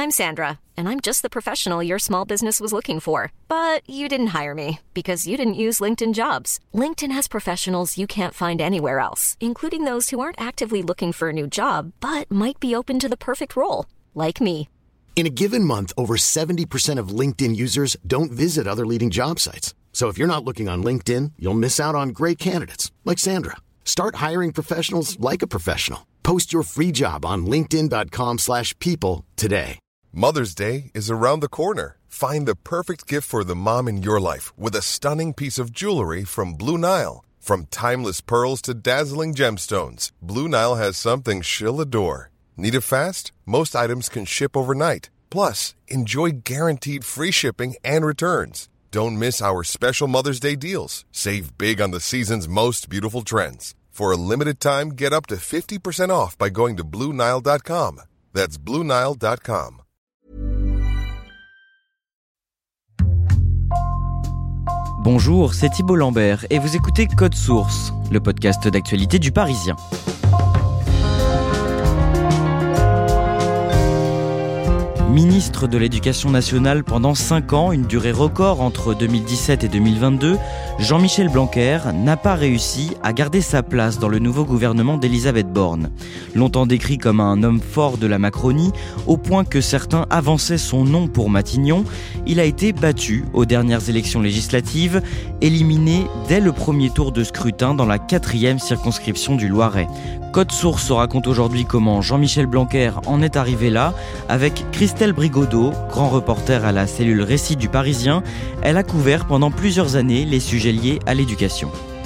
I'm Sandra, and I'm just the professional your small business was looking for. But you didn't hire me because you didn't use LinkedIn Jobs. LinkedIn has professionals you can't find anywhere else, including those who aren't actively looking for a new job, but might be open to the perfect role, like me. In a given month, over 70% of LinkedIn users don't visit other leading job sites. So if you're not looking on LinkedIn, you'll miss out on great candidates like Sandra. Start hiring professionals like a professional. Post your free job on linkedin.com/people today. Mother's Day is around the corner. Find the perfect gift for the mom in your life with a stunning piece of jewelry from Blue Nile. From timeless pearls to dazzling gemstones, Blue Nile has something she'll adore. Need it fast? Most items can ship overnight. Plus, enjoy guaranteed free shipping and returns. Don't miss our special Mother's Day deals. Save big on the season's most beautiful trends. For a limited time, get up to 50% off by going to BlueNile.com. That's BlueNile.com. Bonjour, c'est Thibault Lambert et vous écoutez Code Source, le podcast d'actualité du Parisien. Ministre de l'Éducation nationale pendant 5 ans, une durée record entre 2017 et 2022, Jean-Michel Blanquer n'a pas réussi à garder sa place dans le nouveau gouvernement d'Elisabeth Borne. Longtemps décrit comme un homme fort de la Macronie, au point que certains avançaient son nom pour Matignon, il a été battu aux dernières élections législatives, éliminé dès le premier tour de scrutin dans la 4e circonscription du Loiret. Code Source raconte aujourd'hui comment Jean-Michel Blanquer en est arrivé là, avec Christelle Brigodeau, grand reporter à la cellule Récit du Parisien. Elle a couvert pendant plusieurs années les sujets liés à l'éducation.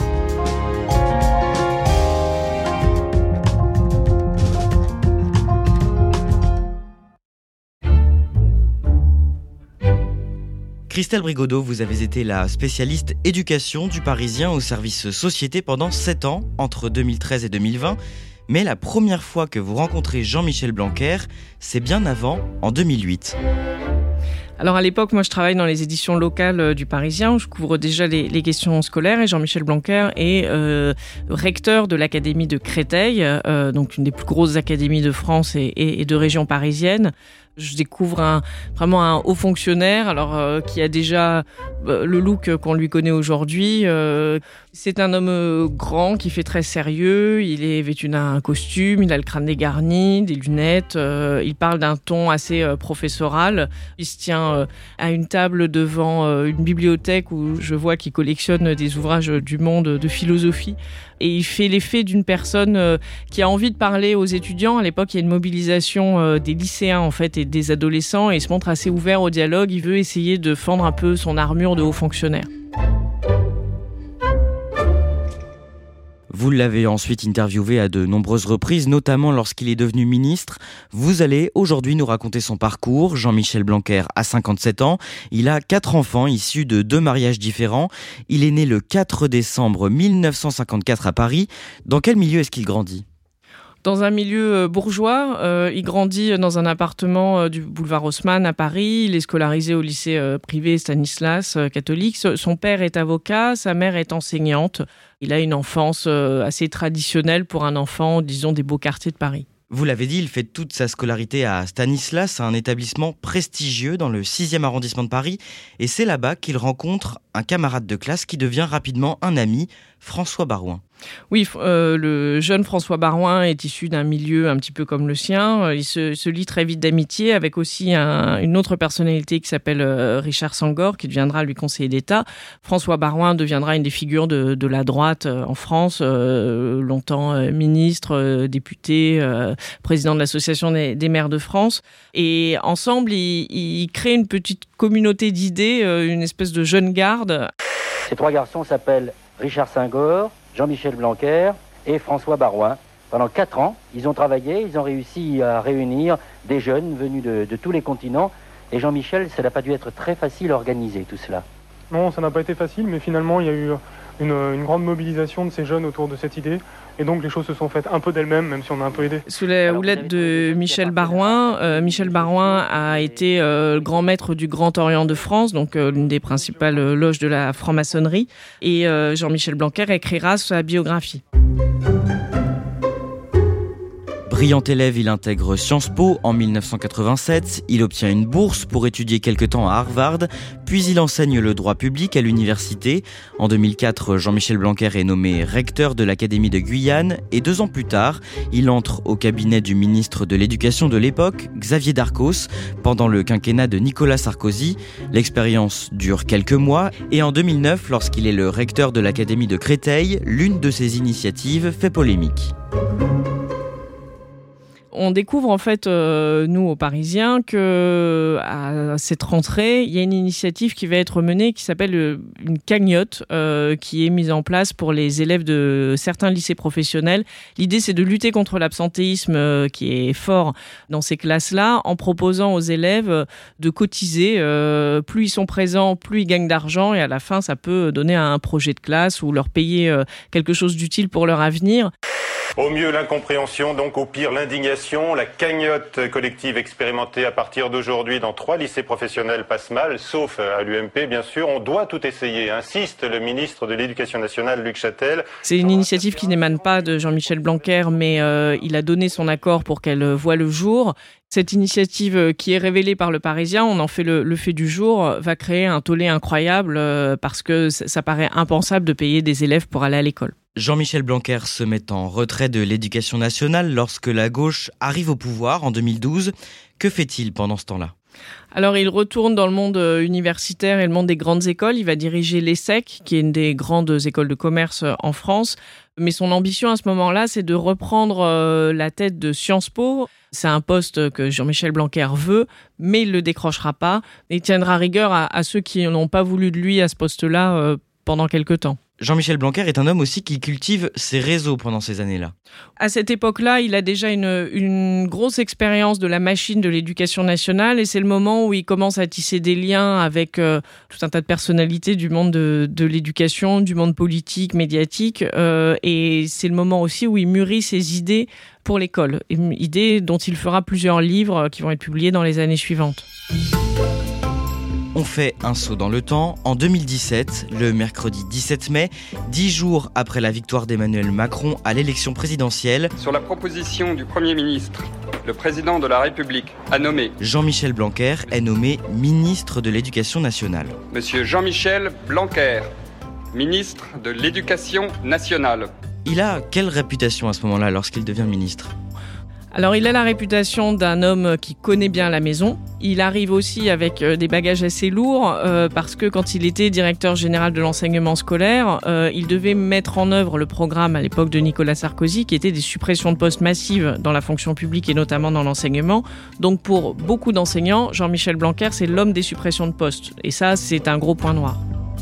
Christelle Brigodeau, vous avez été la spécialiste éducation du Parisien au service Société pendant 7 ans, entre 2013 et 2020. Mais la première fois que vous rencontrez Jean-Michel Blanquer, c'est bien avant, en 2008. Alors à l'époque, moi je travaille dans les éditions locales du Parisien où je couvre déjà les questions scolaires et Jean-Michel Blanquer est recteur de l'Académie de Créteil, donc une des plus grosses académies de France et de région parisienne. Je découvre vraiment un haut fonctionnaire, qui a déjà le look qu'on lui connaît aujourd'hui. C'est un homme grand qui fait très sérieux. Il est vêtu d'un costume, il a le crâne dégarni, des lunettes. Il parle d'un ton assez professoral. Il se tient à une table devant une bibliothèque où je vois qu'il collectionne des ouvrages du monde de philosophie. Et il fait l'effet d'une personne qui a envie de parler aux étudiants. À l'époque, il y a une mobilisation des lycéens en fait et des adolescents et il se montre assez ouvert au dialogue. Il veut essayer de fendre un peu son armure de haut fonctionnaire. Vous l'avez ensuite interviewé à de nombreuses reprises, notamment lorsqu'il est devenu ministre. Vous allez aujourd'hui nous raconter son parcours. Jean-Michel Blanquer a 57 ans. Il a 4 enfants issus de 2 mariages différents. Il est né le 4 décembre 1954 à Paris. Dans quel milieu est-ce qu'il grandit ? Dans un milieu bourgeois, il grandit dans un appartement du boulevard Haussmann à Paris. Il est scolarisé au lycée privé Stanislas catholique. Son père est avocat, sa mère est enseignante. Il a une enfance assez traditionnelle pour un enfant, disons, des beaux quartiers de Paris. Vous l'avez dit, il fait toute sa scolarité à Stanislas, un établissement prestigieux dans le 6e arrondissement de Paris. Et c'est là-bas qu'il rencontre un camarade de classe qui devient rapidement un ami, François Barouin. Oui, le jeune François Barouin est issu d'un milieu un petit peu comme le sien. Il se lie très vite d'amitié avec aussi une autre personnalité qui s'appelle Richard Sangor, qui deviendra lui conseiller d'État. François Barouin deviendra une des figures de la droite en France, longtemps ministre, député, président de l'Association des maires de France. Et ensemble, ils créent une petite communauté d'idées, une espèce de jeune garde. Ces 3 garçons s'appellent Richard Sangor, Jean-Michel Blanquer et François Barouin. Pendant 4 ans, ils ont travaillé, ils ont réussi à réunir des jeunes venus de tous les continents. Et Jean-Michel, ça n'a pas dû être très facile à organiser tout cela. Non, ça n'a pas été facile, mais finalement, il y a eu une grande mobilisation de ces jeunes autour de cette idée. Et donc, les choses se sont faites un peu d'elles-mêmes, même si on a un peu aidé. Sous la houlette de Michel Barouin, Michel Barouin a été le grand maître du Grand Orient de France, donc l'une des principales loges de la franc-maçonnerie. Et Jean-Michel Blanquer écrira sa biographie. Brillant élève, il intègre Sciences Po en 1987. Il obtient une bourse pour étudier quelque temps à Harvard, puis il enseigne le droit public à l'université. En 2004, Jean-Michel Blanquer est nommé recteur de l'Académie de Guyane et 2 ans plus tard, il entre au cabinet du ministre de l'Éducation de l'époque, Xavier Darcos, pendant le quinquennat de Nicolas Sarkozy. L'expérience dure quelques mois et en 2009, lorsqu'il est le recteur de l'Académie de Créteil, l'une de ses initiatives fait polémique. On découvre en fait, nous aux Parisiens, que à cette rentrée, il y a une initiative qui va être menée qui s'appelle une cagnotte qui est mise en place pour les élèves de certains lycées professionnels. L'idée, c'est de lutter contre l'absentéisme qui est fort dans ces classes-là, en proposant aux élèves de cotiser. Plus ils sont présents, plus ils gagnent d'argent, et à la fin, ça peut donner un projet de classe ou leur payer quelque chose d'utile pour leur avenir. Au mieux l'incompréhension, donc au pire l'indignation. La cagnotte collective expérimentée à partir d'aujourd'hui dans 3 lycées professionnels passe mal, sauf à l'UMP bien sûr. On doit tout essayer, insiste le ministre de l'Éducation nationale Luc Châtel. C'est une initiative qui n'émane pas de Jean-Michel Blanquer, mais il a donné son accord pour qu'elle voie le jour. Cette initiative qui est révélée par Le Parisien, on en fait le fait du jour, va créer un tollé incroyable parce que ça paraît impensable de payer des élèves pour aller à l'école. Jean-Michel Blanquer se met en retrait de l'Éducation nationale lorsque la gauche arrive au pouvoir en 2012. Que fait-il pendant ce temps-là ? Alors, il retourne dans le monde universitaire et le monde des grandes écoles. Il va diriger l'ESSEC, qui est une des grandes écoles de commerce en France. Mais son ambition à ce moment-là, c'est de reprendre la tête de Sciences Po. C'est un poste que Jean-Michel Blanquer veut, mais il ne le décrochera pas. Et il tiendra rigueur à ceux qui n'ont pas voulu de lui à ce poste-là pendant quelque temps. Jean-Michel Blanquer est un homme aussi qui cultive ses réseaux pendant ces années-là. À cette époque-là, il a déjà une grosse expérience de la machine de l'éducation nationale et c'est le moment où il commence à tisser des liens avec tout un tas de personnalités du monde de l'éducation, du monde politique, médiatique. Et c'est le moment aussi où il mûrit ses idées pour l'école. Idées dont il fera plusieurs livres qui vont être publiés dans les années suivantes. On fait un saut dans le temps. En 2017, le mercredi 17 mai, 10 jours après la victoire d'Emmanuel Macron à l'élection présidentielle, sur la proposition du Premier ministre, le président de la République a nommé Jean-Michel Blanquer est nommé ministre de l'Éducation nationale. Monsieur Jean-Michel Blanquer, ministre de l'Éducation nationale. Il a quelle réputation à ce moment-là lorsqu'il devient ministre ? Alors, il a la réputation d'un homme qui connaît bien la maison. Il arrive aussi avec des bagages assez lourds parce que quand il était directeur général de l'enseignement scolaire, il devait mettre en œuvre le programme à l'époque de Nicolas Sarkozy qui était des suppressions de postes massives dans la fonction publique et notamment dans l'enseignement. Donc, pour beaucoup d'enseignants, Jean-Michel Blanquer, c'est l'homme des suppressions de postes. Et ça, c'est un gros point noir.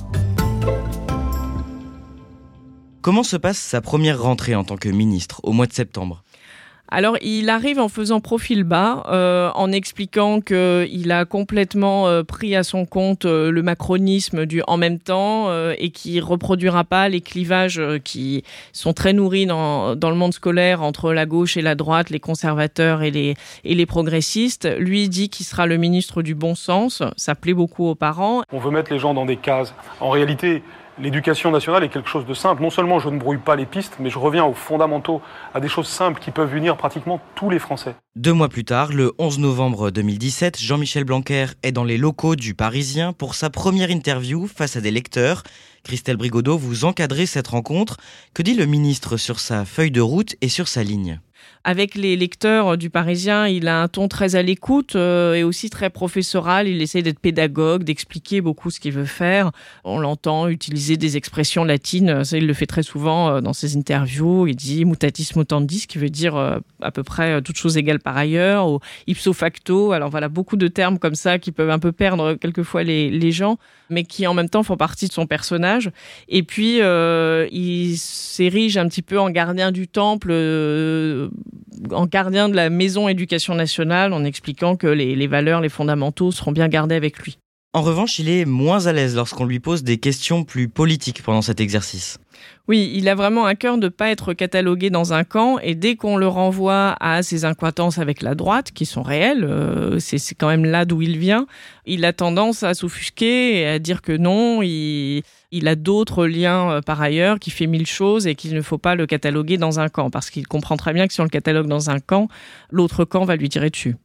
Comment se passe sa première rentrée en tant que ministre au mois de septembre ? Alors, il arrive en faisant profil bas, en expliquant qu'il a complètement pris à son compte le macronisme du « en même temps » et qu'il ne reproduira pas les clivages qui sont très nourris dans le monde scolaire entre la gauche et la droite, les conservateurs et les progressistes. Lui dit qu'il sera le ministre du bon sens. Ça plaît beaucoup aux parents. On veut mettre les gens dans des cases. En réalité, l'éducation nationale est quelque chose de simple. Non seulement je ne brouille pas les pistes, mais je reviens aux fondamentaux, à des choses simples qui peuvent unir pratiquement tous les Français. 2 mois plus tard, le 11 novembre 2017, Jean-Michel Blanquer est dans les locaux du Parisien pour sa première interview face à des lecteurs. Christelle Brigodeau, vous encadrez cette rencontre. Que dit le ministre sur sa feuille de route et sur sa ligne ? Avec les lecteurs du Parisien, il a un ton très à l'écoute et aussi très professoral. Il essaie d'être pédagogue, d'expliquer beaucoup ce qu'il veut faire. On l'entend utiliser des expressions latines. Ça, il le fait très souvent dans ses interviews. Il dit mutatis mutandis, qui veut dire à peu près toute chose égale par ailleurs, ou ipso facto. Alors voilà, beaucoup de termes comme ça qui peuvent un peu perdre quelquefois les gens, mais qui en même temps font partie de son personnage. Et puis, il s'érige un petit peu en gardien du temple, en gardien de la maison éducation nationale, en expliquant que les valeurs, les fondamentaux seront bien gardés avec lui. En revanche, il est moins à l'aise lorsqu'on lui pose des questions plus politiques pendant cet exercice. Oui, il a vraiment à cœur de ne pas être catalogué dans un camp, et dès qu'on le renvoie à ses incointances avec la droite, qui sont réelles, c'est quand même là d'où il vient, il a tendance à s'offusquer et à dire que non, il a d'autres liens par ailleurs, qu'il fait 1000 choses et qu'il ne faut pas le cataloguer dans un camp, parce qu'il comprend très bien que si on le catalogue dans un camp, l'autre camp va lui tirer dessus.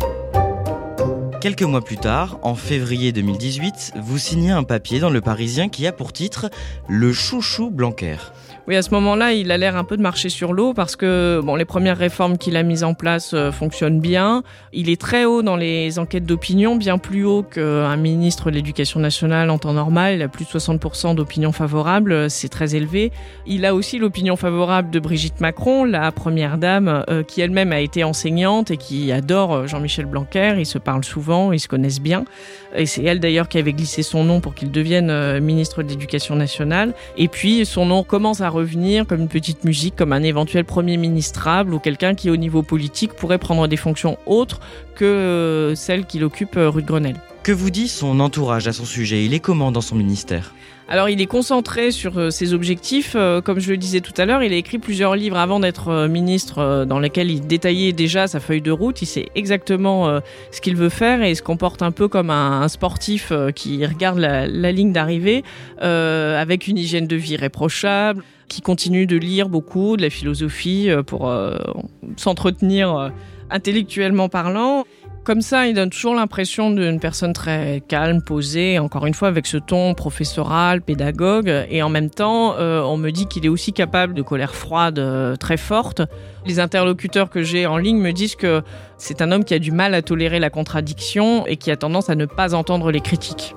Quelques mois plus tard, en février 2018, vous signez un papier dans Le Parisien qui a pour titre « Le chouchou Blanquer ». Oui, à ce moment-là, il a l'air un peu de marcher sur l'eau parce que les premières réformes qu'il a mises en place fonctionnent bien. Il est très haut dans les enquêtes d'opinion, bien plus haut qu'un ministre de l'Éducation nationale en temps normal. Il a plus de 60% d'opinion favorable, c'est très élevé. Il a aussi l'opinion favorable de Brigitte Macron, la première dame, qui elle-même a été enseignante et qui adore Jean-Michel Blanquer. Ils se parlent souvent, ils se connaissent bien. Et c'est elle d'ailleurs qui avait glissé son nom pour qu'il devienne ministre de l'Éducation nationale. Et puis son nom commence à revenir comme une petite musique, comme un éventuel premier ministrable ou quelqu'un qui au niveau politique pourrait prendre des fonctions autres que celles qu'il occupe rue de Grenelle. Que vous dit son entourage à son sujet ? Il est comment dans son ministère ? Alors, il est concentré sur ses objectifs. Comme je le disais tout à l'heure, il a écrit plusieurs livres avant d'être ministre dans lesquels il détaillait déjà sa feuille de route. Il sait exactement ce qu'il veut faire et il se comporte un peu comme un sportif qui regarde la ligne d'arrivée avec une hygiène de vie irréprochable, qui continue de lire beaucoup, de la philosophie pour s'entretenir intellectuellement parlant. Comme ça, il donne toujours l'impression d'une personne très calme, posée, encore une fois avec ce ton professoral, pédagogue. Et en même temps, on me dit qu'il est aussi capable de colère froide très forte. Les interlocuteurs que j'ai en ligne me disent que c'est un homme qui a du mal à tolérer la contradiction et qui a tendance à ne pas entendre les critiques.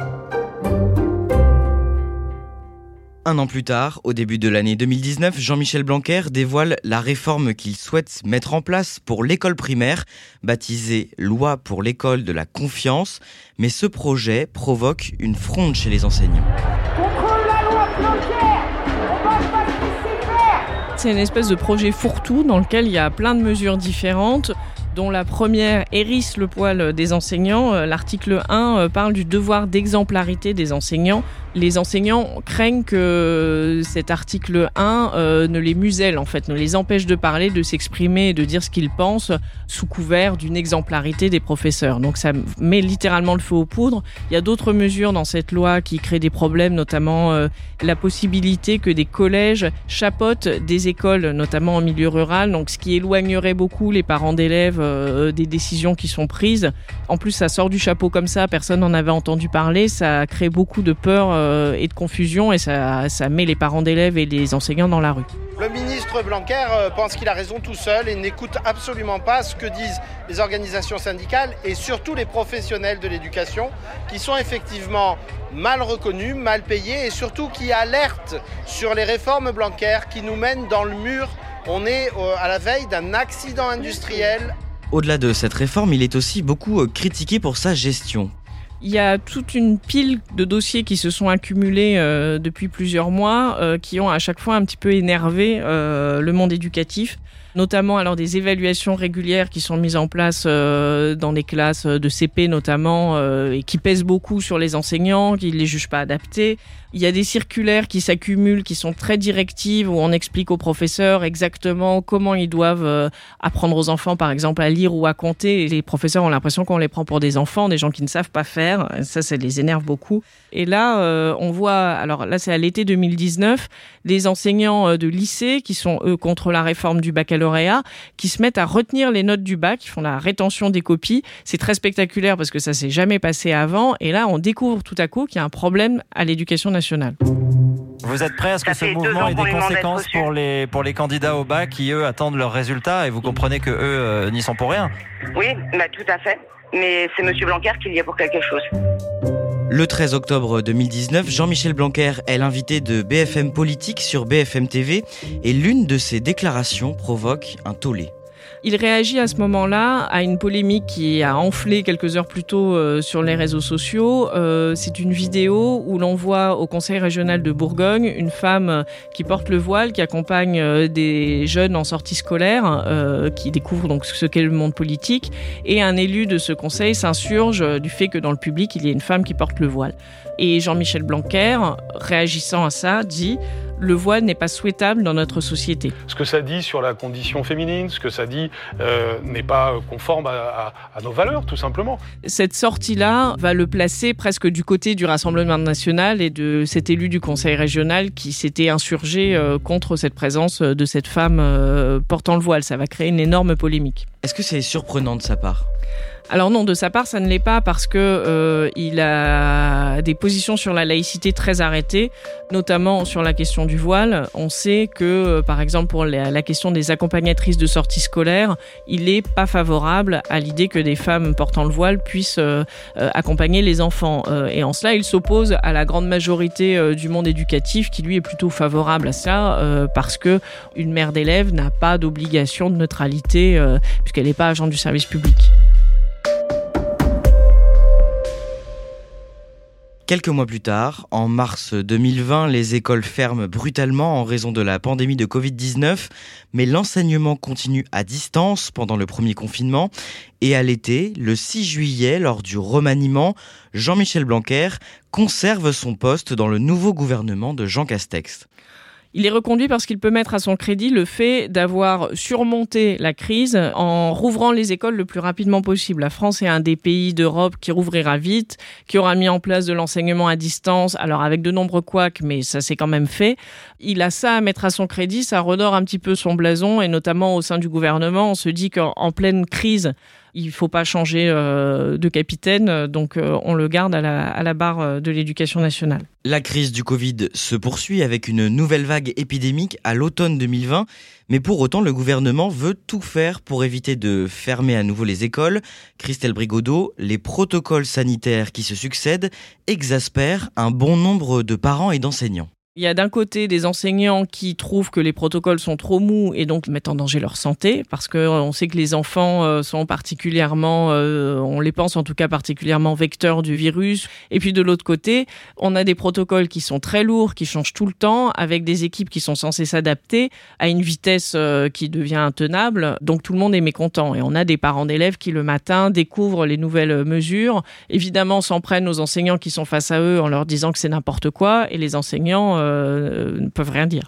Un an plus tard, au début de l'année 2019, Jean-Michel Blanquer dévoile la réforme qu'il souhaite mettre en place pour l'école primaire, baptisée « Loi pour l'école de la confiance ». Mais ce projet provoque une fronde chez les enseignants. Contre la loi Blanquer, on va pas se laisser faire. C'est une espèce de projet fourre-tout dans lequel il y a plein de mesures différentes, dont la première hérisse le poil des enseignants. L'article 1 parle du devoir d'exemplarité des enseignants. Les enseignants craignent que cet article 1 ne les muselle, en fait, ne les empêche de parler, de s'exprimer et de dire ce qu'ils pensent sous couvert d'une exemplarité des professeurs. Donc ça met littéralement le feu aux poudres. Il y a d'autres mesures dans cette loi qui créent des problèmes, notamment la possibilité que des collèges chapeautent des écoles, notamment en milieu rural, donc ce qui éloignerait beaucoup les parents d'élèves des décisions qui sont prises. En plus, ça sort du chapeau comme ça, personne n'en avait entendu parler, ça crée beaucoup de peur et de confusion et ça met les parents d'élèves et les enseignants dans la rue. Le ministre Blanquer pense qu'il a raison tout seul et n'écoute absolument pas ce que disent les organisations syndicales et surtout les professionnels de l'éducation qui sont effectivement mal reconnus, mal payés et surtout qui alertent sur les réformes Blanquer qui nous mènent dans le mur. On est à la veille d'un accident industriel. Au-delà de cette réforme, il est aussi beaucoup critiqué pour sa gestion. Il y a toute une pile de dossiers qui se sont accumulés depuis plusieurs mois, qui ont à chaque fois un petit peu énervé le monde éducatif, notamment alors des évaluations régulières qui sont mises en place dans les classes de CP notamment, et qui pèsent beaucoup sur les enseignants, qui ne les jugent pas adaptés. Il y a des circulaires qui s'accumulent, qui sont très directives, où on explique aux professeurs exactement comment ils doivent apprendre aux enfants, par exemple, à lire ou à compter. Et les professeurs ont l'impression qu'on les prend pour des enfants, des gens qui ne savent pas faire. Ça les énerve beaucoup. Et là, on voit, alors là, c'est à l'été 2019, des enseignants de lycée qui sont, eux, contre la réforme du baccalauréat, qui se mettent à retenir les notes du bac, qui font la rétention des copies. C'est très spectaculaire parce que ça s'est jamais passé avant. Et là, on découvre tout à coup qu'il y a un problème à l'éducation nationale. Vous êtes prêt à ce que ce mouvement ait des conséquences pour les candidats au bac qui, eux, attendent leurs résultats et vous comprenez que eux n'y sont pour rien ? Oui, tout à fait. Mais c'est M. Blanquer qui y est pour quelque chose. Le 13 octobre 2019, Jean-Michel Blanquer est l'invité de BFM Politique sur BFM TV et l'une de ses déclarations provoque un tollé. Il réagit à ce moment-là à une polémique qui a enflé quelques heures plus tôt sur les réseaux sociaux. C'est une vidéo où l'on voit au Conseil régional de Bourgogne une femme qui porte le voile, qui accompagne des jeunes en sortie scolaire, qui découvrent donc ce qu'est le monde politique, et un élu de ce conseil s'insurge du fait que dans le public, il y ait une femme qui porte le voile. Et Jean-Michel Blanquer, réagissant à ça, dit « Le voile n'est pas souhaitable dans notre société ». Ce que ça dit sur la condition féminine, ce que ça dit n'est pas conforme à nos valeurs, tout simplement. Cette sortie-là va le placer presque du côté du Rassemblement national et de cet élu du Conseil régional qui s'était insurgé contre cette présence de cette femme portant le voile. Ça va créer une énorme polémique. Est-ce que c'est surprenant de sa part ? Alors non, de sa part, ça ne l'est pas parce que il a des positions sur la laïcité très arrêtées, notamment sur la question du voile. On sait que, par exemple, pour la question des accompagnatrices de sortie scolaire, il n'est pas favorable à l'idée que des femmes portant le voile puissent accompagner les enfants. Et en cela, il s'oppose à la grande majorité du monde éducatif qui, lui, est plutôt favorable à ça parce que une mère d'élève n'a pas d'obligation de neutralité puisqu'elle n'est pas agent du service public. Quelques mois plus tard, en mars 2020, les écoles ferment brutalement en raison de la pandémie de Covid-19, mais l'enseignement continue à distance pendant le premier confinement. Et à l'été, le 6 juillet, lors du remaniement, Jean-Michel Blanquer conserve son poste dans le nouveau gouvernement de Jean Castex. Il est reconduit parce qu'il peut mettre à son crédit le fait d'avoir surmonté la crise en rouvrant les écoles le plus rapidement possible. La France est un des pays d'Europe qui rouvrira vite, qui aura mis en place de l'enseignement à distance, alors avec de nombreux couacs, mais ça s'est quand même fait. Il a ça à mettre à son crédit, ça redore un petit peu son blason, et notamment au sein du gouvernement, on se dit qu'en pleine crise, il ne faut pas changer de capitaine, donc on le garde à la barre de l'éducation nationale. La crise du Covid se poursuit avec une nouvelle vague épidémique à l'automne 2020, mais pour autant le gouvernement veut tout faire pour éviter de fermer à nouveau les écoles. Christelle Brigodeau, les protocoles sanitaires qui se succèdent exaspèrent un bon nombre de parents et d'enseignants. Il y a d'un côté des enseignants qui trouvent que les protocoles sont trop mous et donc mettent en danger leur santé, parce qu'on sait que les enfants sont particulièrement, on les pense en tout cas particulièrement vecteurs du virus. Et puis de l'autre côté, on a des protocoles qui sont très lourds, qui changent tout le temps, avec des équipes qui sont censées s'adapter à une vitesse qui devient intenable. Donc tout le monde est mécontent. Et on a des parents d'élèves qui le matin découvrent les nouvelles mesures, évidemment s'en prennent aux enseignants qui sont face à eux en leur disant que c'est n'importe quoi, et les enseignants ne peuvent rien dire.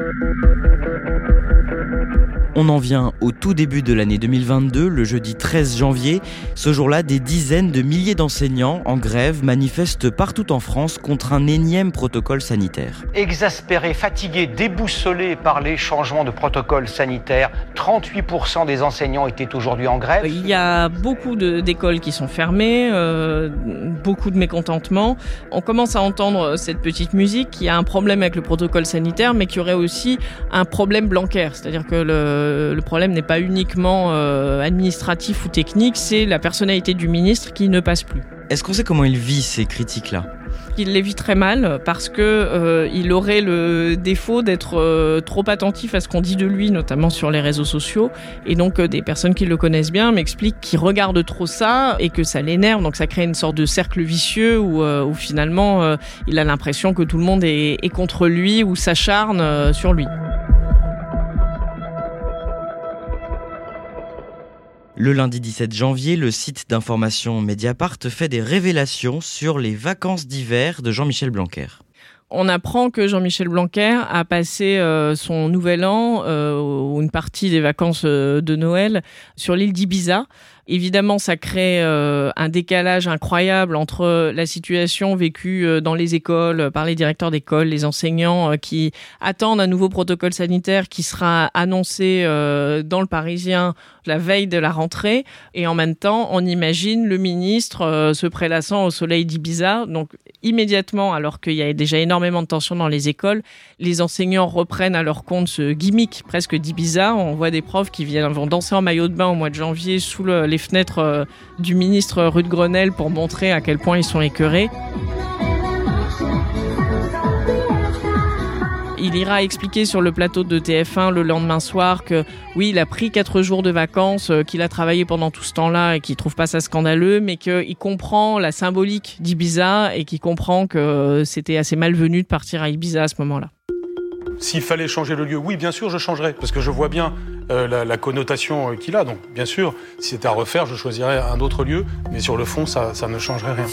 On en vient au tout début de l'année 2022, le jeudi 13 janvier. Ce jour-là, des dizaines de milliers d'enseignants en grève manifestent partout en France contre un énième protocole sanitaire. Exaspérés, fatigués, déboussolés par les changements de protocole sanitaire, 38% des enseignants étaient aujourd'hui en grève. Il y a beaucoup d'écoles qui sont fermées, beaucoup de mécontentement. On commence à entendre cette petite musique qui a un problème avec le protocole sanitaire, mais qui aurait aussi un problème Blanquer, c'est-à-dire que le problème n'est pas uniquement administratif ou technique, c'est la personnalité du ministre qui ne passe plus. Est-ce qu'on sait comment il vit ces critiques-là ? Il les vit très mal parce que il aurait le défaut d'être trop attentif à ce qu'on dit de lui, notamment sur les réseaux sociaux. Et donc des personnes qui le connaissent bien m'expliquent qu'il regarde trop ça et que ça l'énerve. Donc ça crée une sorte de cercle vicieux où finalement il a l'impression que tout le monde est contre lui ou s'acharne sur lui. Le lundi 17 janvier, le site d'information Mediapart fait des révélations sur les vacances d'hiver de Jean-Michel Blanquer. On apprend que Jean-Michel Blanquer a passé son nouvel an ou une partie des vacances de Noël sur l'île d'Ibiza. Évidemment, ça crée un décalage incroyable entre la situation vécue dans les écoles, par les directeurs d'école, les enseignants qui attendent un nouveau protocole sanitaire qui sera annoncé dans le Parisien la veille de la rentrée. Et en même temps, on imagine le ministre se prélassant au soleil d'Ibiza. Donc immédiatement, alors qu'il y a déjà énormément de tensions dans les écoles, les enseignants reprennent à leur compte ce gimmick presque d'Ibiza. On voit des profs qui vont danser en maillot de bain au mois de janvier sous les fenêtres du ministre rue de Grenelle pour montrer à quel point ils sont écœurés. Il ira expliquer sur le plateau de TF1 le lendemain soir que oui, il a pris 4 jours de vacances, qu'il a travaillé pendant tout ce temps-là et qu'il trouve pas ça scandaleux, mais qu'il comprend la symbolique d'Ibiza et qu'il comprend que c'était assez malvenu de partir à Ibiza à ce moment-là. S'il fallait changer le lieu, oui, bien sûr, je changerais, parce que je vois bien la connotation qu'il a. Donc, bien sûr, si c'était à refaire, je choisirais un autre lieu, mais sur le fond, ça ne changerait rien.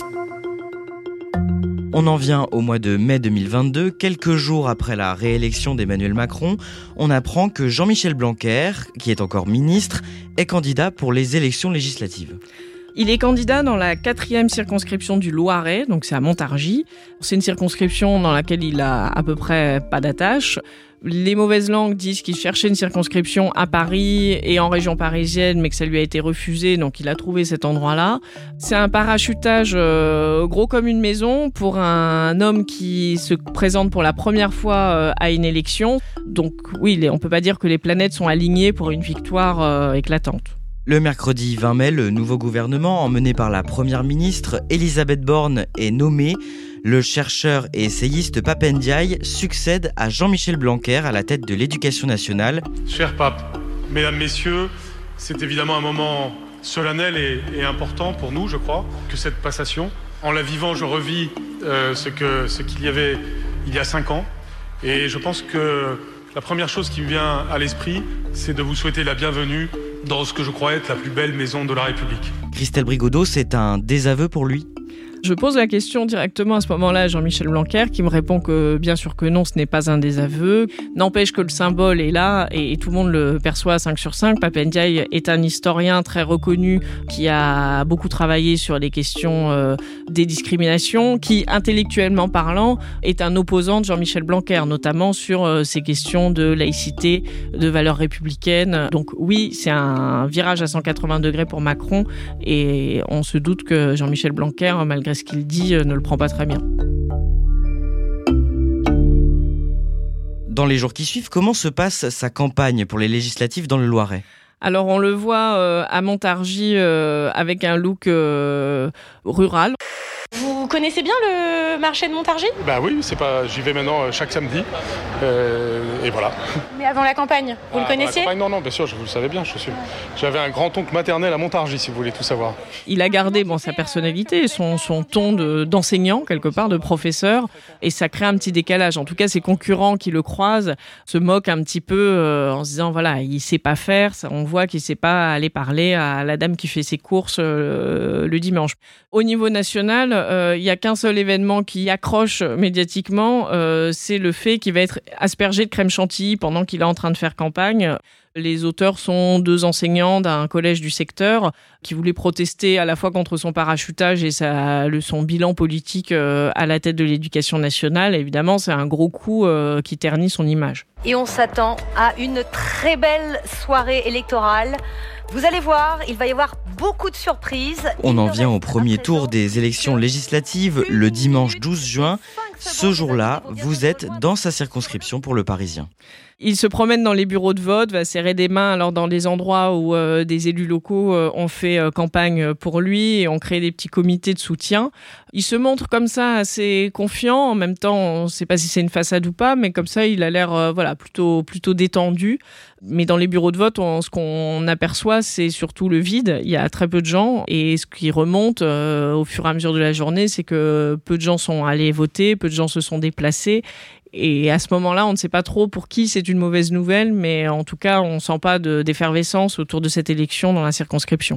On en vient au mois de mai 2022, quelques jours après la réélection d'Emmanuel Macron. On apprend que Jean-Michel Blanquer, qui est encore ministre, est candidat pour les élections législatives. Il est candidat dans la 4e circonscription du Loiret, donc c'est à Montargis. C'est une circonscription dans laquelle il a à peu près pas d'attache. Les mauvaises langues disent qu'il cherchait une circonscription à Paris et en région parisienne, mais que ça lui a été refusé, donc il a trouvé cet endroit-là. C'est un parachutage gros comme une maison pour un homme qui se présente pour la première fois à une élection. Donc oui, on peut pas dire que les planètes sont alignées pour une victoire éclatante. Le mercredi 20 mai, le nouveau gouvernement, emmené par la première ministre Elisabeth Borne, est nommé. Le chercheur et essayiste Pape Ndiaye succède à Jean-Michel Blanquer à la tête de l'Éducation nationale. Cher Pape, mesdames, messieurs, c'est évidemment un moment solennel et important pour nous, je crois, que cette passation. En la vivant, je revis ce qu'il y avait il y a 5 ans. Et je pense que la première chose qui me vient à l'esprit, c'est de vous souhaiter la bienvenue dans ce que je crois être la plus belle maison de la République. Christelle Brigodeau, c'est un désaveu pour lui ? Je pose la question directement à ce moment-là à Jean-Michel Blanquer, qui me répond que bien sûr que non, ce n'est pas un désaveu. N'empêche que le symbole est là et tout le monde le perçoit à 5 sur 5. Pape Ndiaye est un historien très reconnu qui a beaucoup travaillé sur les questions des discriminations, qui, intellectuellement parlant, est un opposant de Jean-Michel Blanquer, notamment sur ces questions de laïcité, de valeurs républicaines. Donc oui, c'est un virage à 180 degrés pour Macron et on se doute que Jean-Michel Blanquer, malgré ce qu'il dit, ne le prend pas très bien. Dans les jours qui suivent, comment se passe sa campagne pour les législatives dans le Loiret ? Alors on le voit à Montargis avec un look rural. Vous connaissez bien le marché de Montargis ? Bah oui, j'y vais maintenant chaque samedi, et voilà. Mais avant la campagne, vous le connaissiez ? Non, bien sûr, vous le savez bien, j'avais un grand-oncle maternel à Montargis, si vous voulez tout savoir. Il a gardé sa personnalité, son ton d'enseignant, quelque part, de professeur, et ça crée un petit décalage. En tout cas, ses concurrents qui le croisent se moquent un petit peu en se disant, voilà, il sait pas faire, on voit qu'il sait pas aller parler à la dame qui fait ses courses le dimanche. Au niveau national, il n'y a qu'un seul événement qui accroche médiatiquement, c'est le fait qu'il va être aspergé de crème chantilly pendant qu'il est en train de faire campagne. Les auteurs sont 2 enseignants d'un collège du secteur qui voulaient protester à la fois contre son parachutage et son bilan politique à la tête de l'Éducation nationale. Évidemment, c'est un gros coup qui ternit son image. Et on s'attend à une très belle soirée électorale. Vous allez voir, il va y avoir beaucoup de surprises. On en vient au premier tour des élections législatives le dimanche 12 juin. Ce jour-là, vous êtes dans sa circonscription pour le Parisien. Il se promène dans les bureaux de vote, va serrer des mains alors dans les endroits où des élus locaux ont fait campagne pour lui et ont créé des petits comités de soutien. Il se montre comme ça assez confiant. En même temps, on ne sait pas si c'est une façade ou pas, mais comme ça, il a l'air plutôt détendu. Mais dans les bureaux de vote, ce qu'on aperçoit, c'est surtout le vide. Il y a très peu de gens et ce qui remonte au fur et à mesure de la journée, c'est que peu de gens sont allés voter, peu de gens se sont déplacés. Et à ce moment-là, on ne sait pas trop pour qui c'est une mauvaise nouvelle, mais en tout cas, on ne sent pas d'effervescence autour de cette élection dans la circonscription.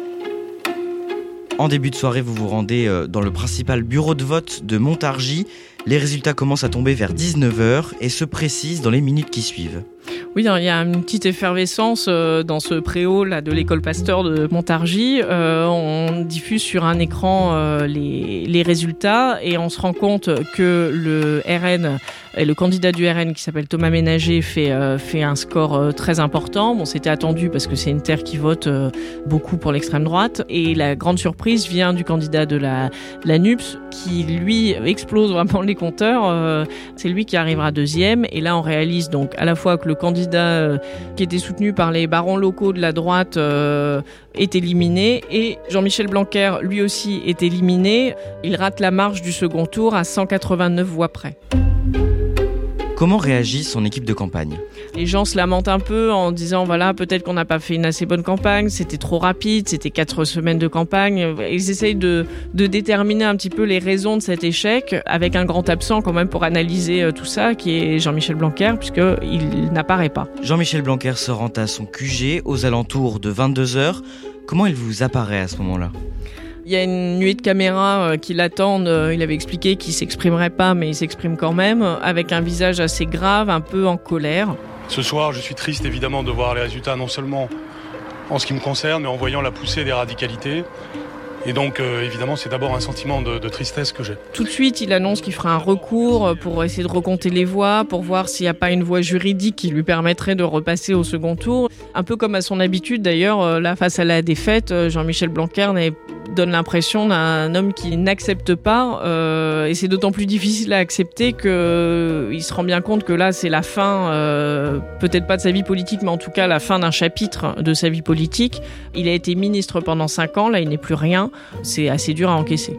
En début de soirée, vous vous rendez dans le principal bureau de vote de Montargis. Les résultats commencent à tomber vers 19h et se précisent dans les minutes qui suivent. Oui, il y a une petite effervescence dans ce préau là, de l'école Pasteur de Montargis. On diffuse sur un écran les résultats et on se rend compte que le RN et le candidat du RN qui s'appelle Thomas Ménager fait un score très important. Bon, c'était attendu parce que c'est une terre qui vote beaucoup pour l'extrême droite. Et la grande surprise vient du candidat de la NUPS qui, lui, explose vraiment les compteurs. C'est lui qui arrivera deuxième. Et là, on réalise donc à la fois que le candidat qui était soutenu par les barons locaux de la droite est éliminé et Jean-Michel Blanquer, lui aussi, est éliminé. Il rate la marche du second tour à 189 voix près. Comment réagit son équipe de campagne ? Les gens se lamentent un peu en disant voilà, peut-être qu'on n'a pas fait une assez bonne campagne, c'était trop rapide, c'était 4 semaines de campagne. Ils essayent de déterminer un petit peu les raisons de cet échec, avec un grand absent quand même pour analyser tout ça, qui est Jean-Michel Blanquer, puisqu'il n'apparaît pas. Jean-Michel Blanquer se rend à son QG aux alentours de 22h. Comment il vous apparaît à ce moment-là ? Il y a une nuée de caméras qui l'attendent. Il avait expliqué qu'il ne s'exprimerait pas, mais il s'exprime quand même, avec un visage assez grave, un peu en colère. Ce soir, je suis triste évidemment de voir les résultats, non seulement en ce qui me concerne, mais en voyant la poussée des radicalités. Et donc, évidemment, c'est d'abord un sentiment de tristesse que j'ai. Tout de suite, il annonce qu'il fera un recours pour essayer de recompter les voix, pour voir s'il n'y a pas une voie juridique qui lui permettrait de repasser au second tour. Un peu comme à son habitude, d'ailleurs, là, face à la défaite, Jean-Michel Blanquer donne l'impression d'un homme qui n'accepte pas. Et c'est d'autant plus difficile à accepter qu'il se rend bien compte que là, c'est la fin, peut-être pas de sa vie politique, mais en tout cas la fin d'un chapitre de sa vie politique. Il a été ministre pendant 5 ans, là, il n'est plus rien. C'est assez dur à encaisser.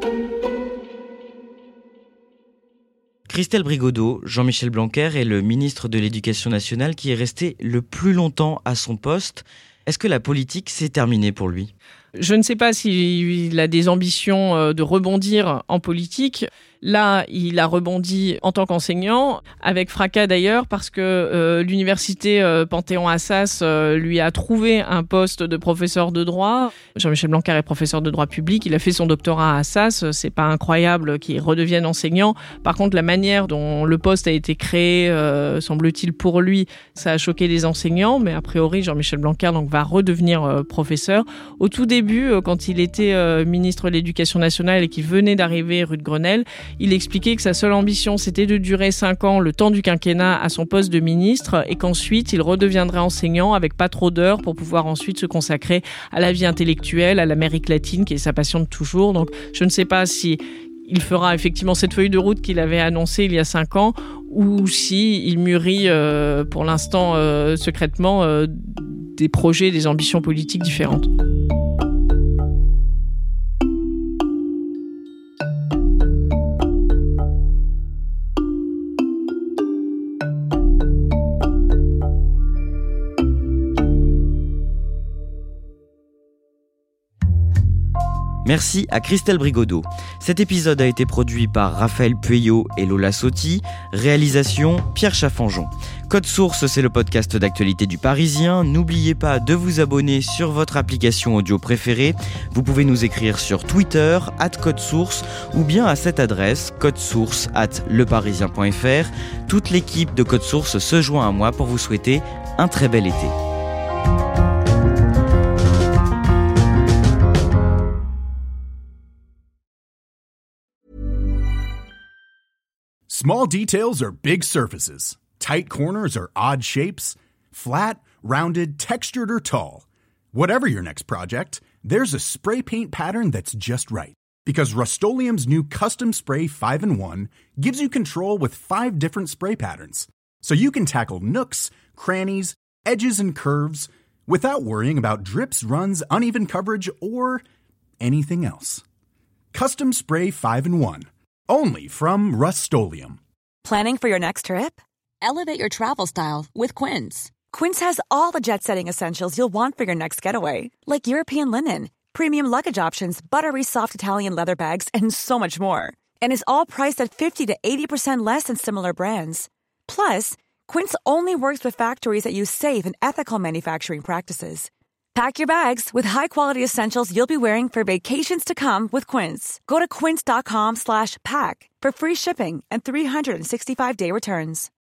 Christelle Brigodeau, Jean-Michel Blanquer est le ministre de l'Éducation nationale qui est resté le plus longtemps à son poste. Est-ce que la politique s'est terminée pour lui ? Je ne sais pas s'il a des ambitions de rebondir en politique. Là, il a rebondi en tant qu'enseignant, avec fracas d'ailleurs, parce que l'université Panthéon-Assas lui a trouvé un poste de professeur de droit. Jean-Michel Blanquer est professeur de droit public, il a fait son doctorat à Assas, c'est pas incroyable qu'il redevienne enseignant. Par contre, la manière dont le poste a été créé, semble-t-il pour lui, ça a choqué les enseignants, mais a priori, Jean-Michel Blanquer donc, va redevenir professeur. Au tout début, quand il était ministre de l'Éducation nationale et qu'il venait d'arriver rue de Grenelle, il expliquait que sa seule ambition, c'était de durer 5 ans, le temps du quinquennat, à son poste de ministre, et qu'ensuite, il redeviendrait enseignant avec pas trop d'heures pour pouvoir ensuite se consacrer à la vie intellectuelle, à l'Amérique latine, qui est sa passion de toujours. Donc, je ne sais pas si il fera effectivement cette feuille de route qu'il avait annoncée il y a 5 ans, ou si il mûrit pour l'instant secrètement des projets, des ambitions politiques différentes. Merci à Christelle Brigodeau. Cet épisode a été produit par Raphaël Pueyo et Lola Sotti. Réalisation, Pierre Chaffanjon. Code Source, c'est le podcast d'actualité du Parisien. N'oubliez pas de vous abonner sur votre application audio préférée. Vous pouvez nous écrire sur Twitter, @codesource, ou bien à cette adresse, codesource@leparisien.fr. Toute l'équipe de Code Source se joint à moi pour vous souhaiter un très bel été. Small details are big surfaces. Tight corners are odd shapes. Flat, rounded, textured, or tall. Whatever your next project, there's a spray paint pattern that's just right. Because Rust-Oleum's new Custom Spray 5-in-1 gives you control with 5 different spray patterns. So you can tackle nooks, crannies, edges, and curves without worrying about drips, runs, uneven coverage, or anything else. Custom Spray 5-in-1. Only from Rust-Oleum. Planning for your next trip? Elevate your travel style with Quince. Quince has all the jet-setting essentials you'll want for your next getaway, like European linen, premium luggage options, buttery soft Italian leather bags, and so much more. And is all priced at 50 to 80% less than similar brands. Plus, Quince only works with factories that use safe and ethical manufacturing practices. Pack your bags with high-quality essentials you'll be wearing for vacations to come with Quince. Go to quince.com/pack for free shipping and 365-day returns.